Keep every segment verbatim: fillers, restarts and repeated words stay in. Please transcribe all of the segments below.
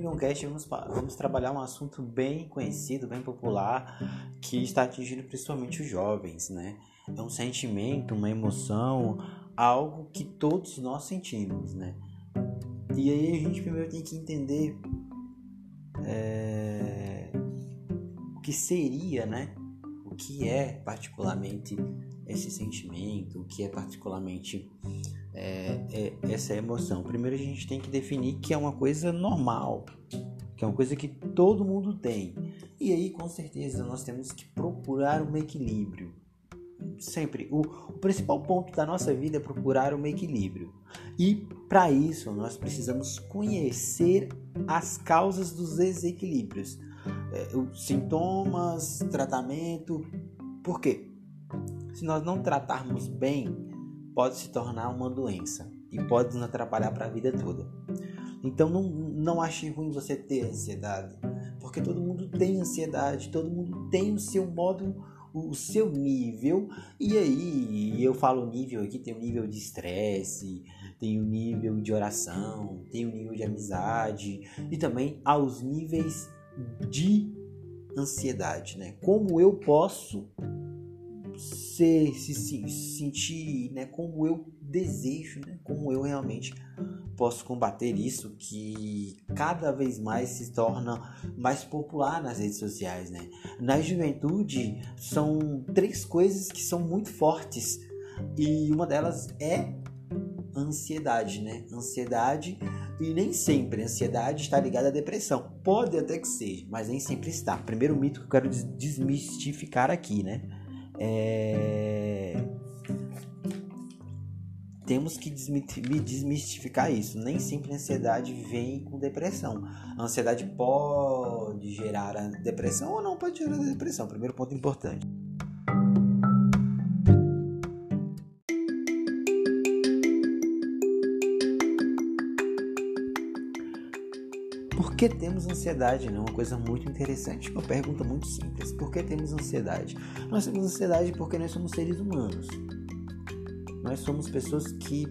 Cast vamos, vamos trabalhar um assunto bem conhecido, bem popular, que está atingindo principalmente os jovens, né? É um sentimento, uma emoção, algo que todos nós sentimos, né? E aí a gente primeiro tem que entender é, o que seria, né? O que é particularmente esse sentimento, o que é particularmente é, é, essa emoção. Primeiro a gente tem que definir que é uma coisa normal, que é uma coisa que todo mundo tem. E aí, com certeza, nós temos que procurar um equilíbrio. Sempre, o, o principal ponto da nossa vida é procurar um equilíbrio. E, para isso, nós precisamos conhecer as causas dos desequilíbrios. É, os sintomas, tratamento. Por quê? Se nós não tratarmos bem, pode se tornar uma doença e pode nos atrapalhar para a vida toda. Então não, não ache ruim você ter ansiedade, porque todo mundo tem ansiedade, todo mundo tem o seu modo, o seu nível. E aí, eu falo nível aqui, tem o nível de estresse, tem o nível de oração, tem o nível de amizade e também aos níveis de ansiedade, né? Como eu posso ser, se, se sentir, né? Como eu desejo, né? Como eu realmente posso combater isso, que cada vez mais se torna mais popular nas redes sociais, né? Na juventude, são três coisas que são muito fortes e uma delas é ansiedade, né? Ansiedade, e nem sempre a ansiedade está ligada à depressão. Pode até que seja, mas nem sempre está. Primeiro mito que eu quero desmistificar aqui, né? É... Temos que desmistificar isso. Nem sempre a ansiedade vem com depressão. A ansiedade pode gerar a depressão ou não pode gerar a depressão. Primeiro ponto importante. Por que temos ansiedade? Né? Uma coisa muito interessante, uma pergunta muito simples. Por que temos ansiedade? Nós temos ansiedade porque nós somos seres humanos. Nós somos pessoas que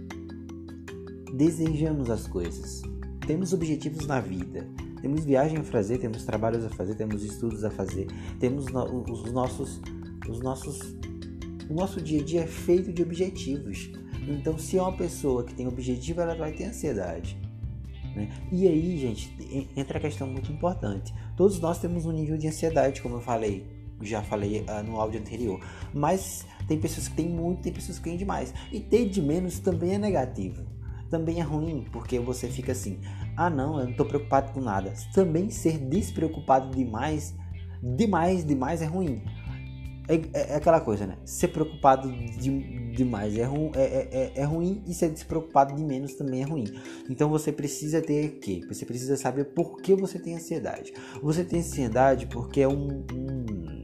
desejamos as coisas. Temos objetivos na vida. Temos viagem a fazer, temos trabalhos a fazer, temos estudos a fazer. Temos no, os nossos... Os nossos o nosso dia a dia é feito de objetivos. Então, se é uma pessoa que tem objetivo, ela vai ter ansiedade. Né? E aí, gente, entra a questão muito importante. Todos nós temos um nível de ansiedade, como eu falei, já falei uh, no áudio anterior. Mas tem pessoas que têm muito, tem pessoas que têm demais. E ter de menos também é negativo. Também é ruim, porque você fica assim, ah não, eu não estou preocupado com nada. Também ser despreocupado demais, demais, demais é ruim. É, é, é aquela coisa, né? Ser preocupado de, demais é, ru, é, é, é ruim e ser despreocupado de menos também é ruim. Então você precisa ter o quê? Você precisa saber por que você tem ansiedade. Você tem ansiedade porque é um... um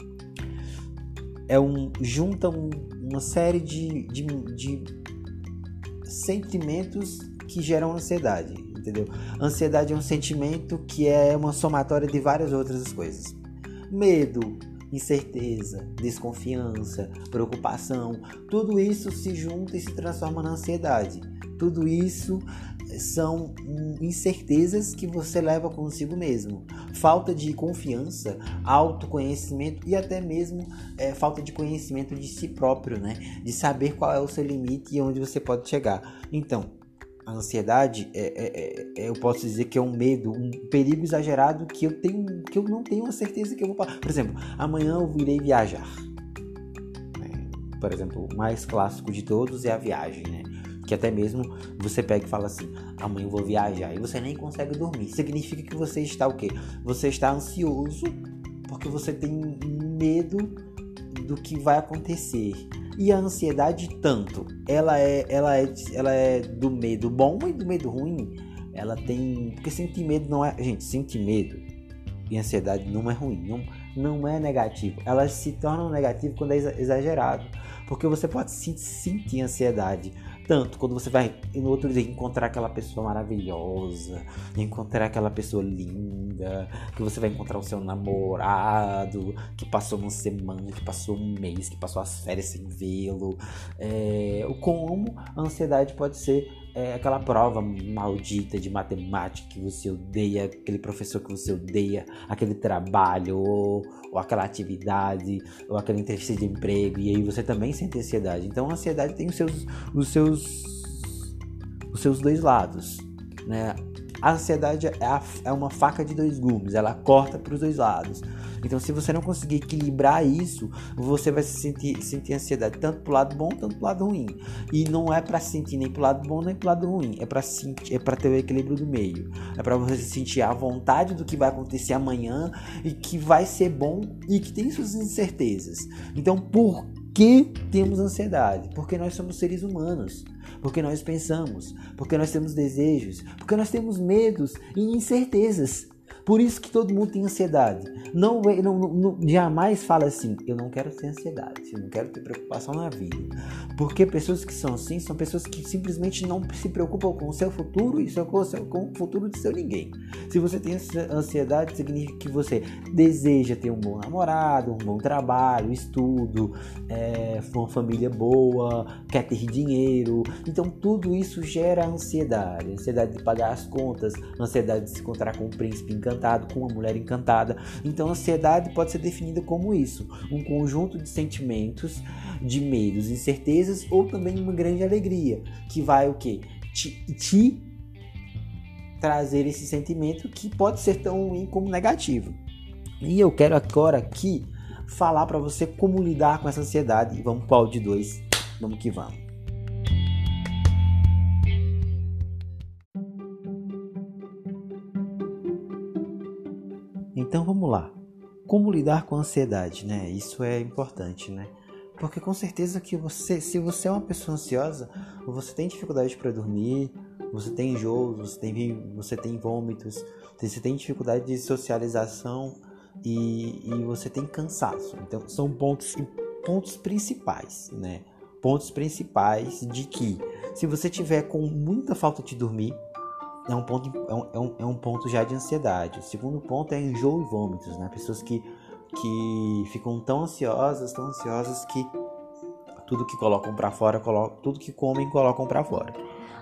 é um junta um, uma série de, de, de sentimentos que geram ansiedade, entendeu? Ansiedade é um sentimento que é uma somatória de várias outras coisas. Medo, incerteza, desconfiança, preocupação, tudo isso se junta e se transforma na ansiedade. Tudo isso são incertezas que você leva consigo mesmo. Falta de confiança, autoconhecimento e até mesmo é, falta de conhecimento de si próprio, né? De saber qual é o seu limite e onde você pode chegar. Então, a ansiedade, é, é, é, eu posso dizer que é um medo, um perigo exagerado que eu, tenho, que eu não tenho a certeza que eu vou passar. Por exemplo, amanhã eu irei viajar. Por exemplo, o mais clássico de todos é a viagem, né? Que até mesmo você pega e fala assim, amanhã eu vou viajar, e você nem consegue dormir. Significa que você está o quê? Você está ansioso porque você tem medo do que vai acontecer. E a ansiedade, tanto, ela é, ela é, ela é do medo bom e do medo ruim. Ela tem... Porque sentir medo não é... Gente, sentir medo e ansiedade não é ruim, não, não é negativo. Elas se tornam negativas quando é exagerado. Porque você pode sentir ansiedade, tanto quando você vai no outro dia encontrar aquela pessoa maravilhosa, encontrar aquela pessoa linda, que você vai encontrar o seu namorado, que passou uma semana, que passou um mês, que passou as férias sem vê-lo. É, como a ansiedade pode ser é, aquela prova maldita de matemática que você odeia, aquele professor que você odeia, aquele trabalho, ou, ou aquela atividade, ou aquela entrevista de emprego, e aí você também sente ansiedade. Então a ansiedade tem os seus, os seus, os seus dois lados, né? A ansiedade é, a, é uma faca de dois gumes, ela corta para os dois lados. Então, se você não conseguir equilibrar isso, você vai se sentir, sentir ansiedade tanto pro lado bom, tanto pro lado ruim. E não é para sentir nem pro lado bom, nem pro lado ruim. É para sentir, é para ter o equilíbrio do meio. É para você sentir a vontade do que vai acontecer amanhã e que vai ser bom e que tem suas incertezas. Então, por que temos ansiedade? Porque nós somos seres humanos. Porque nós pensamos, porque nós temos desejos, porque nós temos medos e incertezas. Por isso que todo mundo tem ansiedade. Não, não, não, jamais fala assim, eu não quero ter ansiedade, eu não quero ter preocupação na vida. Porque pessoas que são assim, são pessoas que simplesmente não se preocupam com o seu futuro e com o, seu, com o futuro de seu ninguém. Se você tem ansiedade, significa que você deseja ter um bom namorado, um bom trabalho, estudo, é, uma família boa, quer ter dinheiro. Então tudo isso gera ansiedade. Ansiedade de pagar as contas, ansiedade de se encontrar com um príncipe encantado, com uma mulher encantada. Então a ansiedade pode ser definida como isso, um conjunto de sentimentos, de medos, incertezas ou também uma grande alegria, que vai o quê? Te, te trazer esse sentimento que pode ser tão ruim como negativo. E eu quero agora aqui falar para você como lidar com essa ansiedade. E vamos para o áudio dois, vamos que vamos. Então vamos lá, como lidar com a ansiedade, né? Isso é importante, né? Porque com certeza que você, se você é uma pessoa ansiosa, você tem dificuldade para dormir, você tem enjoo, você tem, você tem vômitos, você tem dificuldade de socialização e, e você tem cansaço. Então são pontos, pontos principais, né? Pontos principais de que se você tiver com muita falta de dormir, É um, ponto, é, um, é, um, é um ponto já de ansiedade. O segundo ponto é enjoo e vômitos, né? Pessoas que, que ficam tão ansiosas, tão ansiosas que tudo que colocam para fora, colocam, tudo que comem colocam para fora.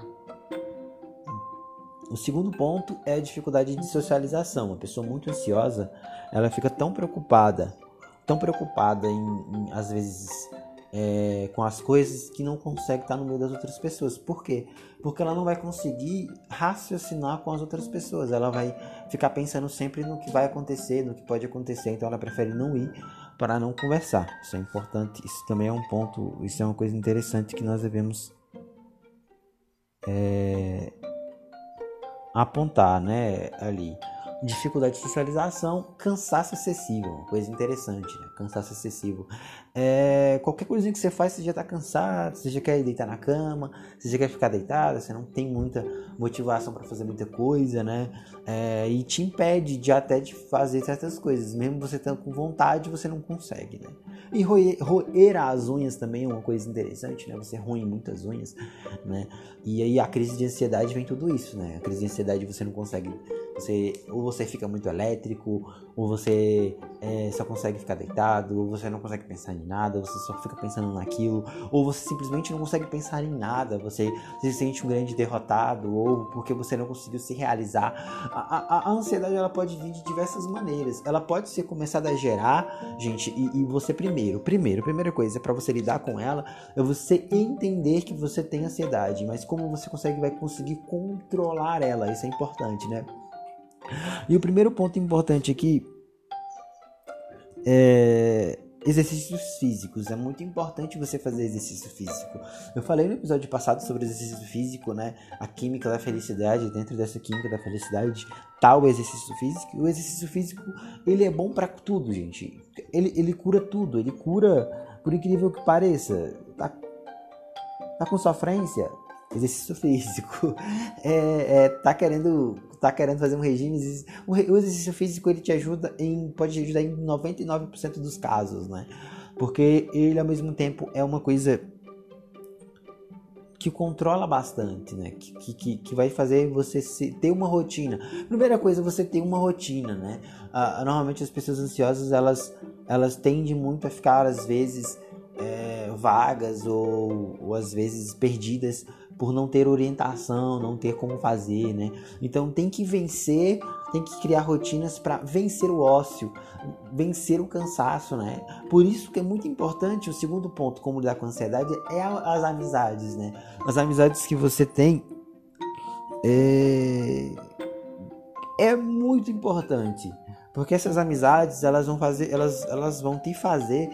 O segundo ponto é a dificuldade de socialização. Uma pessoa muito ansiosa, ela fica tão preocupada, tão preocupada em, em às vezes é, com as coisas que não consegue estar no meio das outras pessoas. Por quê? Porque ela não vai conseguir raciocinar com as outras pessoas. Ela vai ficar pensando sempre no que vai acontecer, no que pode acontecer. Então ela prefere não ir para não conversar. Isso é importante. Isso também é um ponto, isso é uma coisa interessante que nós devemos é, apontar, né, ali. Dificuldade de socialização, cansaço excessivo, uma coisa interessante, né? Cansaço excessivo. É, qualquer coisinha que você faz, você já tá cansado, você já quer deitar na cama, você já quer ficar deitado, você não tem muita motivação para fazer muita coisa, né? É, e te impede de até de fazer certas coisas, mesmo você estando com vontade, você não consegue, né? E roer, roer as unhas também é uma coisa interessante, né? Você roe muitas unhas, né? E aí a crise de ansiedade vem tudo isso, né? A crise de ansiedade você não consegue, você, ou você fica muito elétrico, ou você é, só consegue ficar deitado, ou você não consegue pensar em nada, você só fica pensando naquilo, ou você simplesmente não consegue pensar em nada, você se sente um grande derrotado, ou porque você não conseguiu se realizar. A, a, a ansiedade ela pode vir de diversas maneiras. Ela pode ser começada a gerar, gente, e, e você primeiro, primeiro, primeira coisa para você lidar com ela é você entender que você tem ansiedade, mas como você consegue, vai conseguir controlar ela, isso é importante, né? E o primeiro ponto importante aqui é exercícios físicos. É muito importante você fazer exercício físico. Eu falei no episódio passado sobre exercício físico, né? A química da felicidade. Dentro dessa química da felicidade tá o exercício físico. E o exercício físico, ele é bom pra tudo, gente. Ele, ele cura tudo. Ele cura, por incrível que pareça. Tá, tá com sofrência? Exercício físico. É, é, tá querendo tá querendo fazer um regime, o exercício físico ele te ajuda em, pode te ajudar em noventa e nove por cento dos casos, né? porque ele ao mesmo tempo é uma coisa que controla bastante, né? Que, que, que vai fazer você se, ter uma rotina. Primeira coisa, você ter uma rotina, né? Ah, normalmente as pessoas ansiosas, elas, elas tendem muito a ficar, às vezes, é, vagas ou, ou, às vezes, perdidas por não ter orientação, não ter como fazer, né? Então, tem que vencer, tem que criar rotinas para vencer o ócio, vencer o cansaço, né? Por isso que é muito importante, o segundo ponto, como lidar com a ansiedade, é as amizades, né? As amizades que você tem é, é muito importante, porque essas amizades, elas vão fazer, elas, elas vão te fazer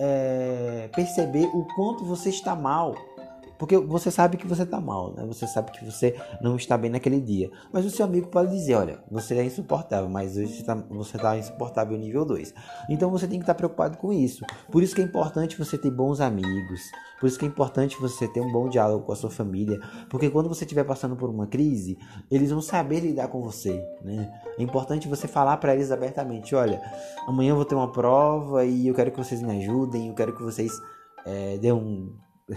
é, perceber o quanto você está mal. Porque você sabe que você está mal, né? Você sabe que você não está bem naquele dia. Mas o seu amigo pode dizer, olha, você é insuportável, mas hoje você está insuportável nível dois. Então você tem que estar preocupado com isso. Por isso que é importante você ter bons amigos. Por isso que é importante você ter um bom diálogo com a sua família. Porque quando você estiver passando por uma crise, eles vão saber lidar com você, né? É importante você falar para eles abertamente, olha, amanhã eu vou ter uma prova e eu quero que vocês me ajudem, eu quero que vocês é, dêem um...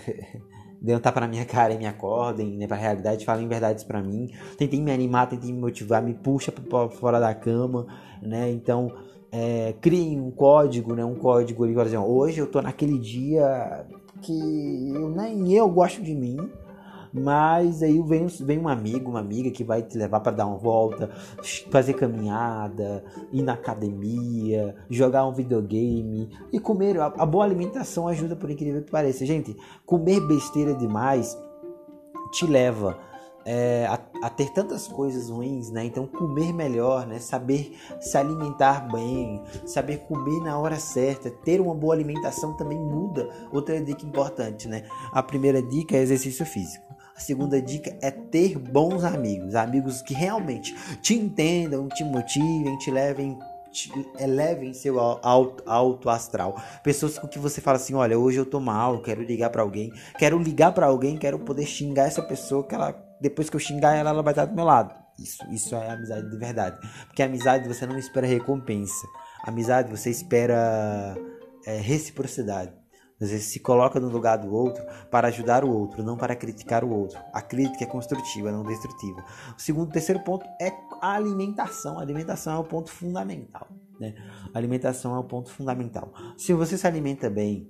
Dê um tapa na minha cara e me acordem, né, pra realidade, falem verdades pra mim, tentem me animar, tentem me motivar, me puxa pra fora da cama, né, então é, criem um código, né, um código ali, por exemplo, hoje eu tô naquele dia que eu, nem eu gosto de mim, mas aí vem, vem um amigo, uma amiga que vai te levar para dar uma volta, fazer caminhada, ir na academia, jogar um videogame e comer. A, a boa alimentação ajuda, por incrível que pareça. Gente, comer besteira demais te leva é, a, a ter tantas coisas ruins, né? Então comer melhor, né? Saber se alimentar bem, saber comer na hora certa, ter uma boa alimentação também muda. Outra dica importante, né? A primeira dica é exercício físico. A segunda dica é ter bons amigos, amigos que realmente te entendam, te motivem, te levem, te elevem seu alto, alto astral. Pessoas com que você fala assim, olha, hoje eu tô mal, quero ligar pra alguém, quero ligar pra alguém, quero poder xingar essa pessoa, que ela, depois que eu xingar ela, ela vai estar do meu lado. Isso, isso é amizade de verdade. Porque a amizade você não espera recompensa. A amizade você espera é, reciprocidade. Você se coloca no lugar do outro para ajudar o outro, não para criticar o outro. A crítica é construtiva, não destrutiva. O segundo, terceiro ponto é a alimentação. A alimentação é o ponto fundamental, né? A alimentação é o ponto fundamental. Se você se alimenta bem,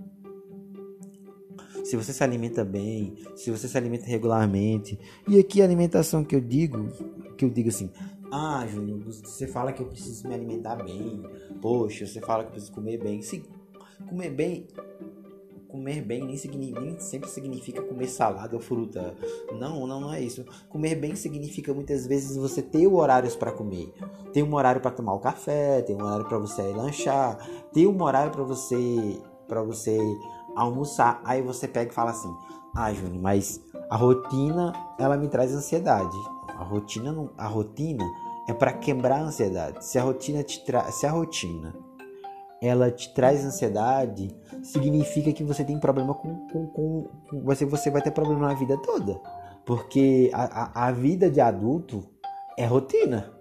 se você se alimenta bem, se você se alimenta regularmente, e aqui a alimentação que eu digo, que eu digo assim, ah, Júnior, você fala que eu preciso me alimentar bem, poxa, você fala que eu preciso comer bem. Sim, comer bem... Comer bem nem, significa, nem sempre significa comer salada ou fruta. Não, não, não é isso. Comer bem significa muitas vezes você ter horários para comer. Tem um horário para tomar o café, tem um horário para você ir lanchar, tem um horário para você para você almoçar. Aí você pega e fala assim: "Ah, Júnior, mas a rotina ela me traz ansiedade". A rotina não, a rotina é para quebrar a ansiedade. Se a rotina te tra... se a rotina ela te traz ansiedade, significa que você tem problema com, com, com, com você, você vai ter problema na vida toda, porque a, a, a vida de adulto é rotina.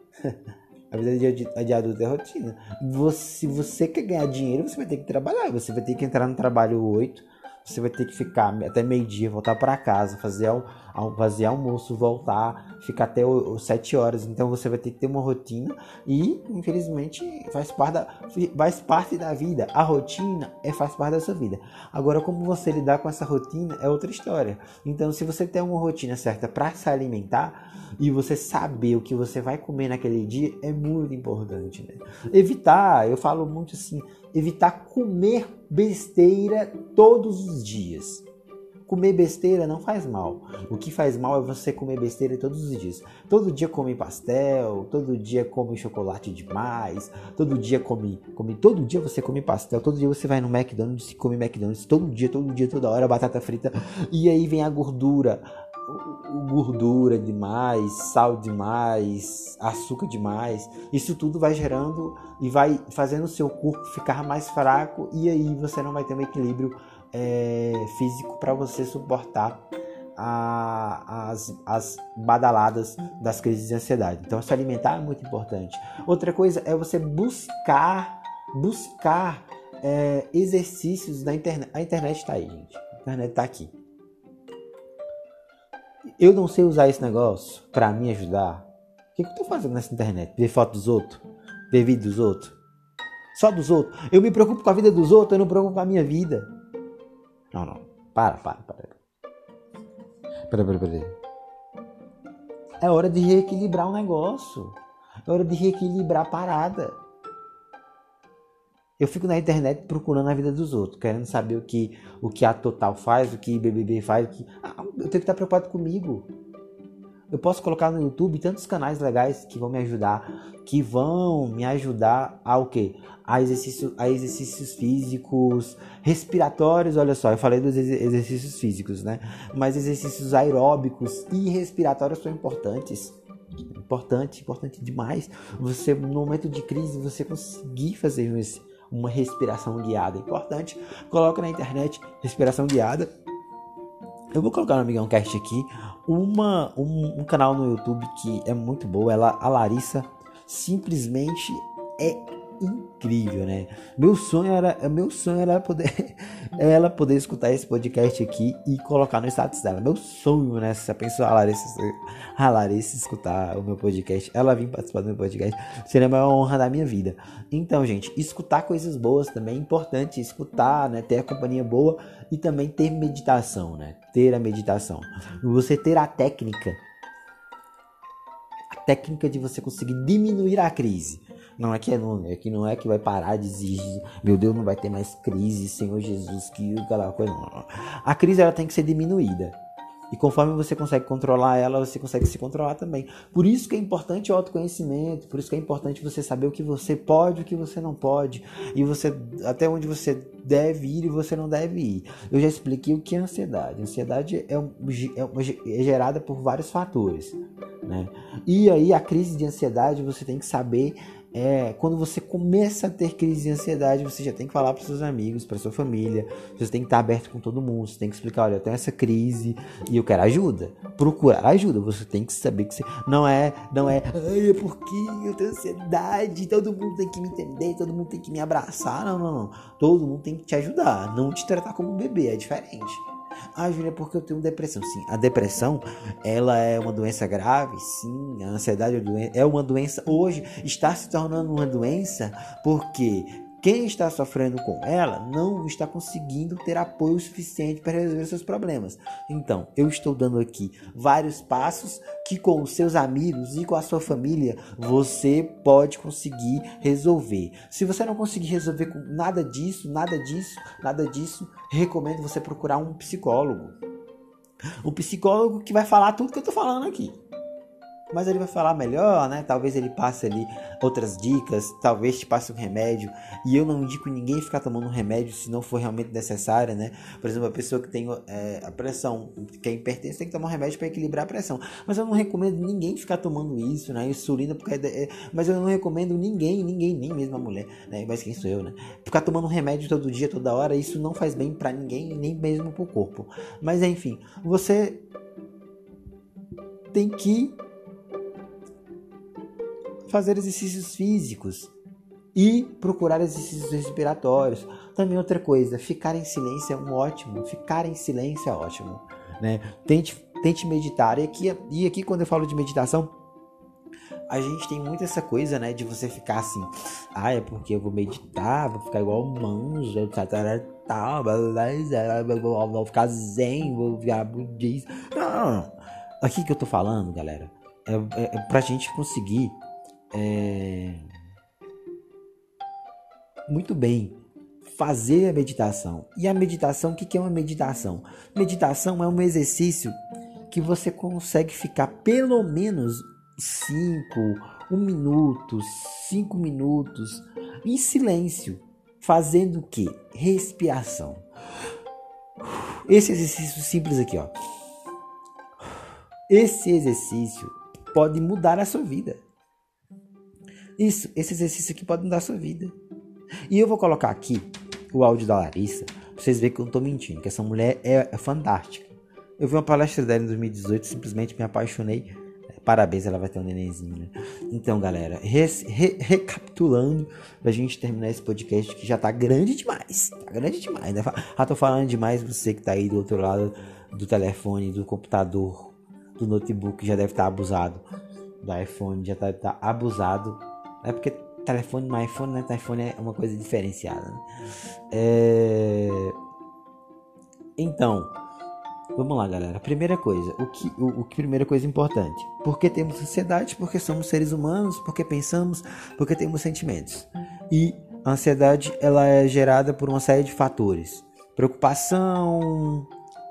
A vida de, de adulto é rotina. Você, se você quer ganhar dinheiro, você vai ter que trabalhar, você vai ter que entrar no trabalho oito, você vai ter que ficar até meio-dia, voltar para casa, fazer, al, fazer almoço, voltar, ficar até os sete horas. Então você vai ter que ter uma rotina e, infelizmente, faz parte da, faz parte da vida. A rotina é, faz parte da sua vida. Agora, como você lidar com essa rotina é outra história. Então, se você tem uma rotina certa para se alimentar e você saber o que você vai comer naquele dia, é muito importante, né? Evitar, eu falo muito assim, evitar comer besteira todos os dias. Comer besteira não faz mal. O que faz mal é você comer besteira todos os dias. Todo dia come pastel, todo dia come chocolate demais, todo dia come, come, todo dia você come pastel, todo dia você vai no McDonald's e come McDonald's, todo dia, todo dia, toda hora, batata frita, e aí vem a gordura. Gordura demais, sal demais, açúcar demais, isso tudo vai gerando e vai fazendo o seu corpo ficar mais fraco, e aí você não vai ter um equilíbrio é, físico para você suportar a, as, as badaladas das crises de ansiedade. Então se alimentar é muito importante. Outra coisa é você buscar buscar é, exercícios da internet. A internet tá aí, gente. A internet tá aqui. Eu não sei usar esse negócio pra me ajudar. O que, que eu tô fazendo nessa internet? Ver foto dos outros? Ver vídeo dos outros? Só dos outros? Eu me preocupo com a vida dos outros, eu não me preocupo com a minha vida. Não, não. Para, para, para. Pera, pera, pera. É hora de reequilibrar o negócio. É hora de reequilibrar a parada. Eu fico na internet procurando a vida dos outros, querendo saber o que, o que a Total faz, o que B B B faz. O que... Ah, eu tenho que estar preocupado comigo. Eu posso colocar no YouTube tantos canais legais que vão me ajudar, que vão me ajudar a o quê? A, exercício, a exercícios físicos, respiratórios, olha só, eu falei dos exercícios físicos, né? Mas exercícios aeróbicos e respiratórios são importantes. Importante, importante demais. Você, no momento de crise, você conseguir fazer esse uma respiração guiada. Importante. Coloca na internet respiração guiada. Eu vou colocar no Amigão Cast aqui uma, um, um canal no YouTube que é muito boa. Ela, a Larissa simplesmente é incrível, né? Meu sonho era, meu sonho era poder, ela poder escutar esse podcast aqui e colocar no status dela. Meu sonho, né? Se a pessoa, a Larissa, a Larissa escutar o meu podcast, ela vir participar do meu podcast, seria a maior honra da minha vida. Então, gente, escutar coisas boas também é importante. Escutar, né? Ter a companhia boa e também ter meditação, né? Ter a meditação. Você ter a técnica, a técnica de você conseguir diminuir a crise. Não é que não é que não é que vai parar de exigir, meu Deus, não vai ter mais crise, Senhor Jesus, que aquela coisa. Não. A crise ela tem que ser diminuída. E conforme você consegue controlar ela, você consegue se controlar também. Por isso que é importante o autoconhecimento, por isso que é importante você saber o que você pode e o que você não pode. E você até onde você deve ir e você não deve ir. Eu já expliquei o que é ansiedade. A ansiedade é, um, é, uma, é gerada por vários fatores, né? E aí a crise de ansiedade você tem que saber. É, quando você começa a ter crise de ansiedade, você já tem que falar para seus amigos, para sua família, você tem que estar aberto com todo mundo, você tem que explicar, olha, eu tenho essa crise e eu quero ajuda. Procurar ajuda, você tem que saber que você não é, não é, ai, é porque eu tenho ansiedade, todo mundo tem que me entender, todo mundo tem que me abraçar, não, não, não, todo mundo tem que te ajudar, não te tratar como um bebê, é diferente. Ah, Júlia, é porque eu tenho depressão. Sim, a depressão, ela é uma doença grave. Sim, a ansiedade é uma doença. Hoje está se tornando uma doença porque quem está sofrendo com ela não está conseguindo ter apoio suficiente para resolver seus problemas. Então, eu estou dando aqui vários passos que com os seus amigos e com a sua família você pode conseguir resolver. Se você não conseguir resolver com nada disso, nada disso, nada disso, recomendo você procurar um psicólogo. Um psicólogo que vai falar tudo que eu estou falando aqui. Mas ele vai falar melhor, né? Talvez ele passe ali outras dicas, talvez te passe um remédio. E eu não indico ninguém ficar tomando um remédio se não for realmente necessário, né? Por exemplo, a pessoa que tem é, a pressão, que é hipertensa, tem que tomar um remédio para equilibrar a pressão. Mas eu não recomendo ninguém ficar tomando isso, né? Insulina, porque é, é, mas eu não recomendo ninguém, ninguém, nem mesmo a mulher, né? Mas quem sou eu, né? Ficar tomando um remédio todo dia, toda hora, isso não faz bem para ninguém, nem mesmo pro corpo. Mas enfim, você tem que fazer exercícios físicos e procurar exercícios respiratórios. Também outra coisa, ficar em silêncio é um ótimo, ficar em silêncio é ótimo, né? Tente, tente meditar. E aqui, e aqui quando eu falo de meditação, a gente tem muito essa coisa, né, de você ficar assim, ah, é porque eu vou meditar, vou ficar igual um monge, vou ficar zen, vou ficar budista. Não, não, não. Aqui que eu tô falando, galera, é, é, é pra gente conseguir É... muito bem fazer a meditação. E a meditação, o que é uma meditação? Meditação é um exercício que você consegue ficar pelo menos cinco, um minuto, cinco minutos em silêncio, fazendo o que? Respiração. Esse exercício simples aqui, ó. Esse exercício pode mudar a sua vida. Isso, esse exercício aqui pode mudar a sua vida. E eu vou colocar aqui o áudio da Larissa, pra vocês verem que eu não tô mentindo, que essa mulher é, é fantástica. Eu vi uma palestra dela em dois mil e dezoito, simplesmente me apaixonei parabéns, ela vai ter um nenenzinho, né? Então, galera, re, re, recapitulando, pra gente terminar esse podcast que já tá grande demais. Tá grande demais, né? Já tô falando demais, você que tá aí do outro lado do telefone, do computador, do notebook, já deve estar abusado. Do iPhone, já deve estar abusado. É porque telefone no iPhone, né? Telefone é uma coisa diferenciada, né? É... Então, vamos lá, galera. Primeira coisa, o que, o, o que primeira coisa importante? Porque temos ansiedade, porque somos seres humanos, porque pensamos, porque temos sentimentos. E a ansiedade, ela é gerada por uma série de fatores. Preocupação,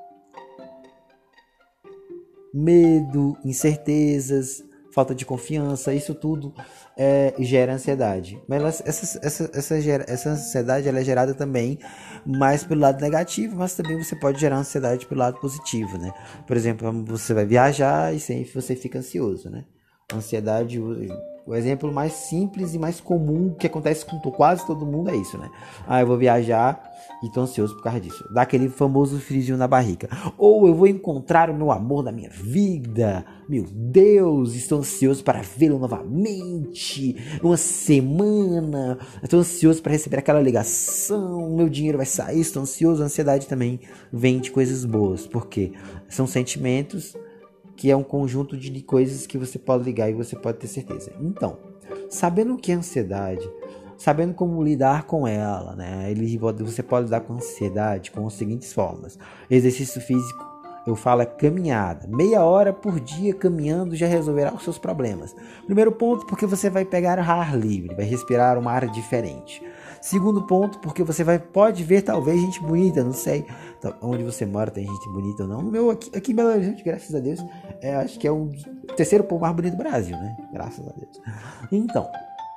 medo, incertezas, falta de confiança, isso tudo é, gera ansiedade. Mas ela, essa, essa, essa, essa ansiedade ela é gerada também mais pelo lado negativo, mas também você pode gerar ansiedade pelo lado positivo, né? Por exemplo, você vai viajar e sempre você fica ansioso, né? Ansiedade, o exemplo mais simples e mais comum que acontece com quase todo mundo é isso, né? Ah, eu vou viajar e tô ansioso por causa disso. Dá aquele famoso friozinho na barriga. Ou eu vou encontrar o meu amor da minha vida. Meu Deus, estou ansioso para vê-lo novamente. Uma semana. Estou ansioso para receber aquela ligação. Meu dinheiro vai sair. Estou ansioso. A ansiedade também vem de coisas boas. Porque são sentimentos que é um conjunto de coisas que você pode ligar e você pode ter certeza. Então, sabendo o que é ansiedade, sabendo como lidar com ela, né? Ele, você pode lidar com ansiedade com as seguintes formas. Exercício físico, eu falo é caminhada. Meia hora por dia caminhando já resolverá os seus problemas. Primeiro ponto, porque você vai pegar ar livre, vai respirar um ar diferente. Segundo ponto, porque você vai, pode ver talvez gente bonita, não sei onde você mora tem gente bonita ou não. O meu aqui, aqui em Belo Horizonte, graças a Deus, é, acho que é o terceiro povo mais bonito do Brasil, né? Graças a Deus. Então,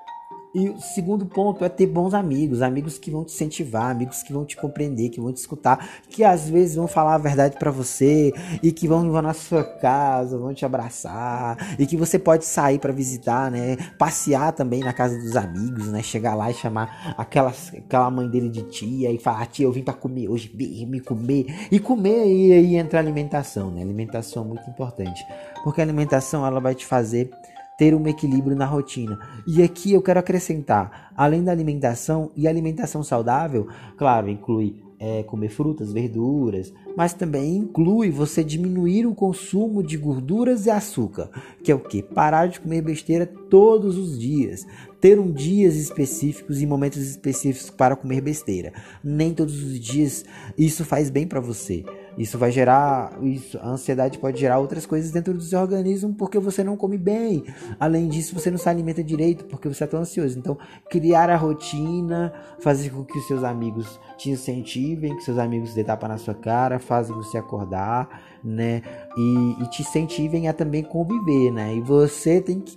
e o segundo ponto é ter bons amigos, amigos que vão te incentivar, amigos que vão te compreender, que vão te escutar, que às vezes vão falar a verdade pra você e que vão na sua casa, vão te abraçar e que você pode sair pra visitar, né? Passear também na casa dos amigos, né? Chegar lá e chamar aquela, aquela mãe dele de tia e falar: tia, eu vim pra comer hoje, vem me comer e comer e aí entra a alimentação, né? Alimentação é muito importante, porque a alimentação ela vai te fazer ter um equilíbrio na rotina. E aqui eu quero acrescentar, além da alimentação, e alimentação saudável, claro, inclui é, comer frutas, verduras, mas também inclui você diminuir o consumo de gorduras e açúcar, que é o quê? Parar de comer besteira todos os dias. Ter um dias específicos e momentos específicos para comer besteira. Nem todos os dias isso faz bem para você. Isso vai gerar, isso, a ansiedade pode gerar outras coisas dentro do seu organismo porque você não come bem. Além disso, você não se alimenta direito porque você é tão ansioso. Então, criar a rotina, fazer com que os seus amigos te incentivem, que seus amigos dê tapa na sua cara, fazem você acordar, né? E, e te incentivem a também conviver, né? E você tem que...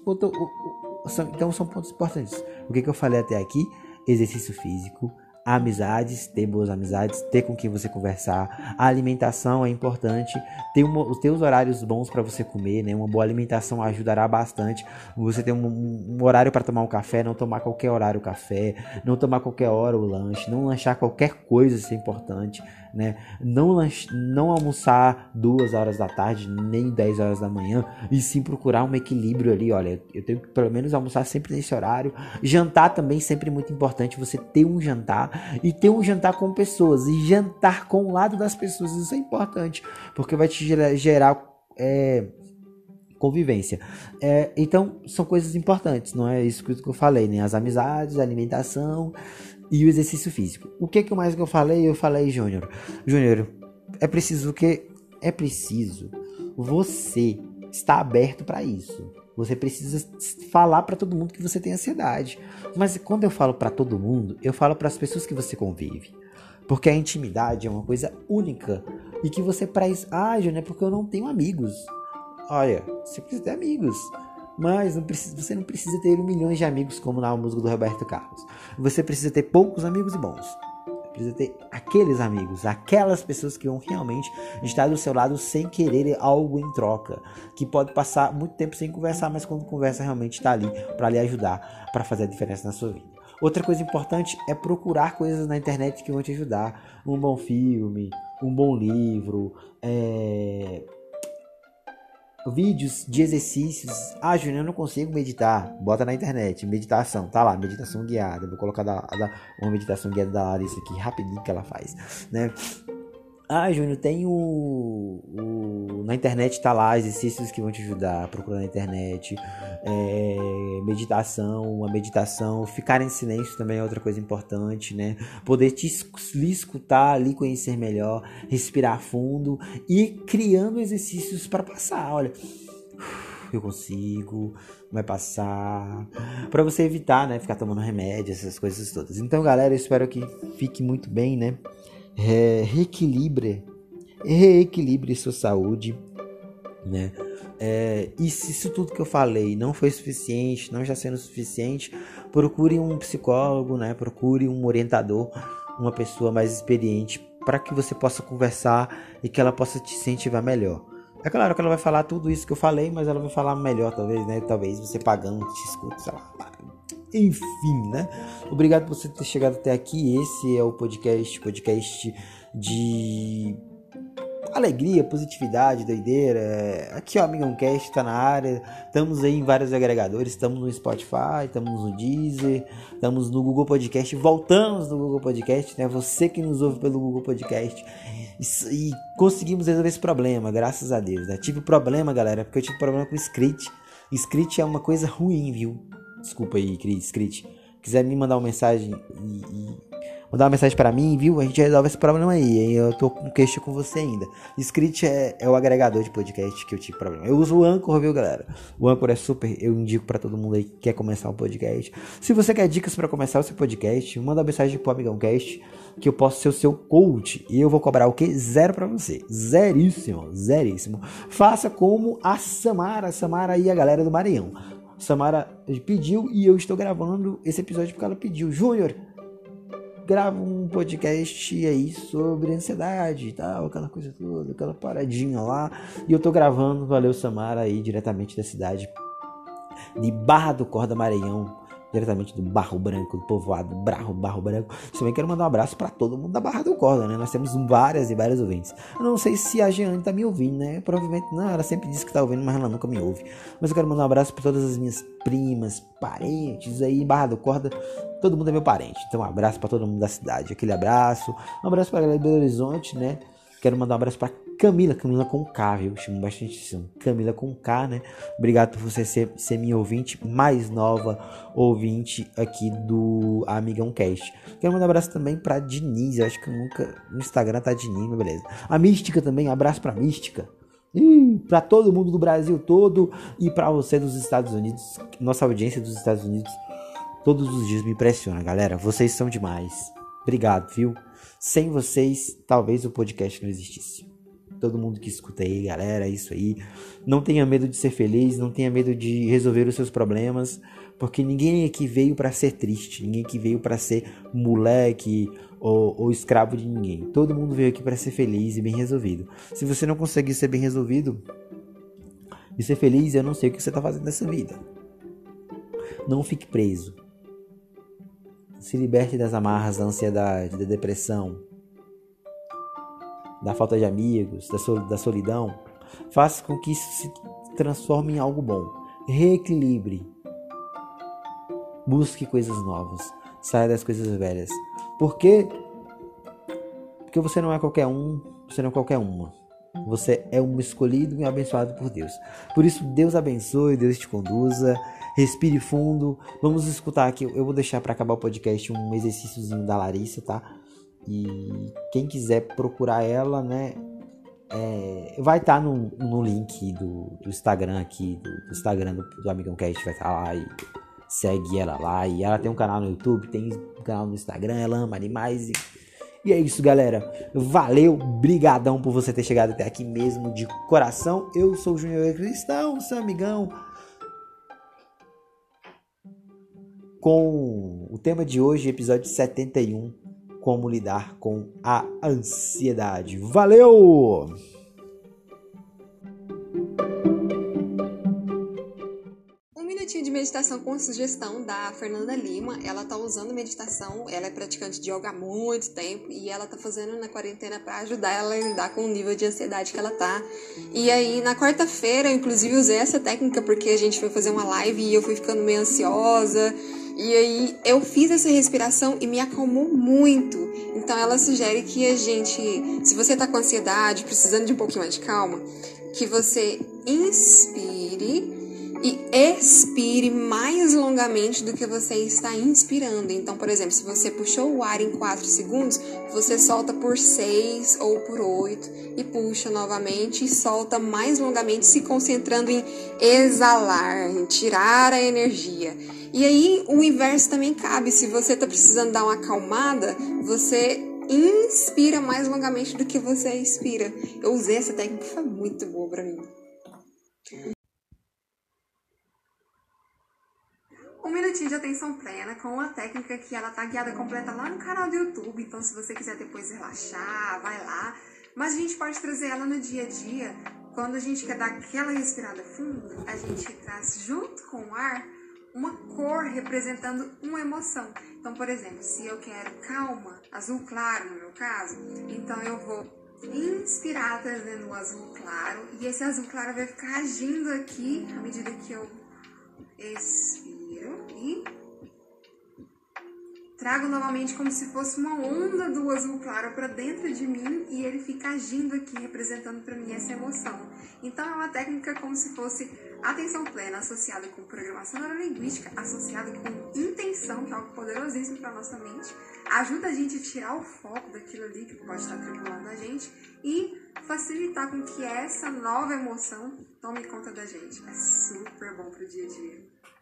Então, são pontos importantes. O que, que eu falei até aqui? Exercício físico, amizades, ter boas amizades, ter com quem você conversar. A alimentação é importante, ter, uma, ter os horários bons para você comer, né? Uma boa alimentação ajudará bastante. Você ter um, um horário para tomar um café, não tomar qualquer horário o café, não tomar qualquer hora o lanche, não lanchar qualquer coisa, isso é importante, né? Não, lanche, não almoçar duas horas da tarde, nem dez horas da manhã, e sim procurar um equilíbrio ali. Olha, eu tenho que pelo menos almoçar sempre nesse horário. Jantar também sempre muito importante, você ter um jantar e ter um jantar com pessoas e jantar com o lado das pessoas, isso é importante, porque vai te gerar, gerar é, convivência. É, então, são coisas importantes, não é isso que eu falei, né? As amizades, a alimentação e o exercício físico. O que que mais que eu falei? Eu falei, Júnior. Júnior, é preciso que é preciso você estar aberto para isso. Você precisa falar para todo mundo que você tem ansiedade. Mas quando eu falo para todo mundo, eu falo para as pessoas que você convive. Porque a intimidade é uma coisa única e que você para isso, ah, Júnior, é porque eu não tenho amigos. Olha, você precisa ter amigos. Mas não precisa, você não precisa ter milhões de amigos como na música do Roberto Carlos. Você precisa ter poucos amigos e bons. Você precisa ter aqueles amigos, aquelas pessoas que vão realmente estar do seu lado sem querer algo em troca. Que pode passar muito tempo sem conversar, mas quando conversa realmente está ali para lhe ajudar, para fazer a diferença na sua vida. Outra coisa importante é procurar coisas na internet que vão te ajudar. Um bom filme, um bom livro, é... vídeos de exercícios. Ah, Júnior, eu não consigo meditar. Bota na internet, meditação, tá lá, meditação guiada. Vou colocar da, da, uma meditação guiada da Larissa aqui, rapidinho que ela faz, né? Ah, Júnior, tem o, o... Na internet tá lá exercícios que vão te ajudar. Procura na internet. É, meditação, uma meditação. Ficar em silêncio também é outra coisa importante, né? Poder te lhe escutar, lhe conhecer melhor. Respirar fundo. E criando exercícios para passar. Olha, eu consigo, vai passar. Para você evitar, né? Ficar tomando remédio, essas coisas todas. Então, galera, eu espero que fique muito bem, né? É, reequilibre, reequilibre sua saúde, né? É, e se isso tudo que eu falei não foi suficiente, não está sendo suficiente, procure um psicólogo, né? Procure um orientador, uma pessoa mais experiente, para que você possa conversar e que ela possa te incentivar melhor. É claro que ela vai falar tudo isso que eu falei, mas ela vai falar melhor, talvez, né? Talvez você pagando, te escute, sei lá. Enfim, né? Obrigado por você ter chegado até aqui. Esse é o podcast, podcast de alegria, positividade, doideira. Aqui, ó, Amigão Cast tá na área. Estamos aí em vários agregadores. Estamos no Spotify, estamos no Deezer, estamos no Google Podcast. Voltamos no Google Podcast, né? Você que nos ouve pelo Google Podcast. E, e conseguimos resolver esse problema, graças a Deus, né? Tive problema, galera, porque eu tive problema com Scrit. Scrit é uma coisa ruim, viu? Desculpa aí, Scrit. Quiser me mandar uma mensagem e, e mandar uma mensagem para mim, viu? A gente resolve esse problema aí. Eu tô com queixa com você ainda. Scrit é, é o agregador de podcast que eu tive problema. Eu uso o Anchor, viu, galera? O Anchor é super. Eu indico para todo mundo aí que quer começar um podcast. Se você quer dicas para começar o seu podcast, manda uma mensagem pro Amigão Cast, que eu posso ser o seu coach. E eu vou cobrar o quê? Zero para você. Zeríssimo. Zeríssimo. Faça como a Samara. Samara e a galera do Maranhão. Samara pediu e eu estou gravando esse episódio porque ela pediu. Júnior, grava um podcast aí sobre ansiedade e tal, aquela coisa toda, aquela paradinha lá. E eu tô gravando, valeu Samara aí, diretamente da cidade de Barra do Corda, Maranhão. Diretamente do Barro Branco, do povoado Barro, Barro Branco. Também quero mandar um abraço para todo mundo da Barra do Corda, né? Nós temos várias e várias ouvintes. Eu não sei se a Jeane tá me ouvindo, né? Provavelmente não, ela sempre diz que tá ouvindo, mas ela nunca me ouve. Mas eu quero mandar um abraço para todas as minhas primas, parentes aí em Barra do Corda. Todo mundo é meu parente. Então um abraço para todo mundo da cidade. Aquele abraço. Um abraço para a galera de Belo Horizonte, né? Quero mandar um abraço para Camila, Camila com K, viu? Chamo bastante atenção. Camila com K, né? Obrigado por você ser, ser minha ouvinte, mais nova ouvinte aqui do Amigão Cast. Quero mandar um abraço também pra Diniz, eu acho que eu nunca... No Instagram tá Diniz, mas beleza. A Mística também, um abraço pra Mística. E pra todo mundo do Brasil todo e pra você dos Estados Unidos. Nossa audiência dos Estados Unidos todos os dias me impressiona, galera. Vocês são demais. Obrigado, viu? Sem vocês, talvez o podcast não existisse. Todo mundo que escuta aí, galera, é isso aí. Não tenha medo de ser feliz, não tenha medo de resolver os seus problemas, porque ninguém aqui veio para ser triste, ninguém aqui veio para ser moleque ou, ou escravo de ninguém. Todo mundo veio aqui para ser feliz e bem resolvido. Se você não conseguir ser bem resolvido e ser feliz, eu não sei o que você está fazendo nessa vida. Não fique preso. Se liberte das amarras da ansiedade, da depressão, da falta de amigos, da, sol, da solidão. Faça com que isso se transforme em algo bom. Reequilibre. Busque coisas novas. Saia das coisas velhas. Por quê? Porque você não é qualquer um, você não é qualquer uma. Você é um escolhido e abençoado por Deus. Por isso, Deus abençoe, Deus te conduza. Respire fundo. Vamos escutar aqui. Eu vou deixar para acabar o podcast um exercíciozinho da Larissa, tá? E quem quiser procurar ela, né? É, vai estar tá no, no link do, do Instagram aqui, do, do Instagram do, do Amigão Cast, vai estar tá lá e segue ela lá. E ela tem um canal no YouTube, tem um canal no Instagram, ela ama animais. E, e é isso, galera. Valeu, brigadão por você ter chegado até aqui mesmo, de coração. Eu sou o Júnior Cristão, seu amigão. Com o tema de hoje, episódio setenta e um, como lidar com a ansiedade. Valeu! Um minutinho de meditação. meditação com sugestão da Fernanda Lima. Ela tá usando meditação, ela é praticante de yoga há muito tempo e ela tá fazendo na quarentena para ajudar ela a lidar com o nível de ansiedade que ela tá. E aí, na quarta-feira, eu inclusive usei essa técnica porque a gente foi fazer uma live e eu fui ficando meio ansiosa. E aí, eu fiz essa respiração e me acalmou muito. Então, ela sugere que a gente, se você tá com ansiedade, precisando de um pouquinho mais de calma, que você inspire e expire mais longamente do que você está inspirando. Então, por exemplo, se você puxou o ar em quatro segundos, você solta por seis ou por oito e puxa novamente e solta mais longamente, se concentrando em exalar, em tirar a energia. E aí, o inverso também cabe. Se você está precisando dar uma acalmada, você inspira mais longamente do que você expira. Eu usei essa técnica, foi muito boa para mim. Um minutinho de atenção plena com uma técnica que ela tá guiada completa lá no canal do YouTube. Então, se você quiser depois relaxar, vai lá. Mas a gente pode trazer ela no dia a dia. Quando a gente quer dar aquela respirada funda, a gente traz junto com o ar uma cor representando uma emoção. Então, por exemplo, se eu quero calma, azul claro no meu caso, então eu vou inspirar trazendo o azul claro. E esse azul claro vai ficar agindo aqui à medida que eu expiro e trago novamente como se fosse uma onda do azul claro para dentro de mim e ele fica agindo aqui, representando para mim essa emoção. Então é uma técnica como se fosse atenção plena associada com programação neurolinguística, associada com intenção, que é algo poderosíssimo para a nossa mente, ajuda a gente a tirar o foco daquilo ali que pode estar atribulando a gente e facilitar com que essa nova emoção tome conta da gente. É super bom para o dia a dia.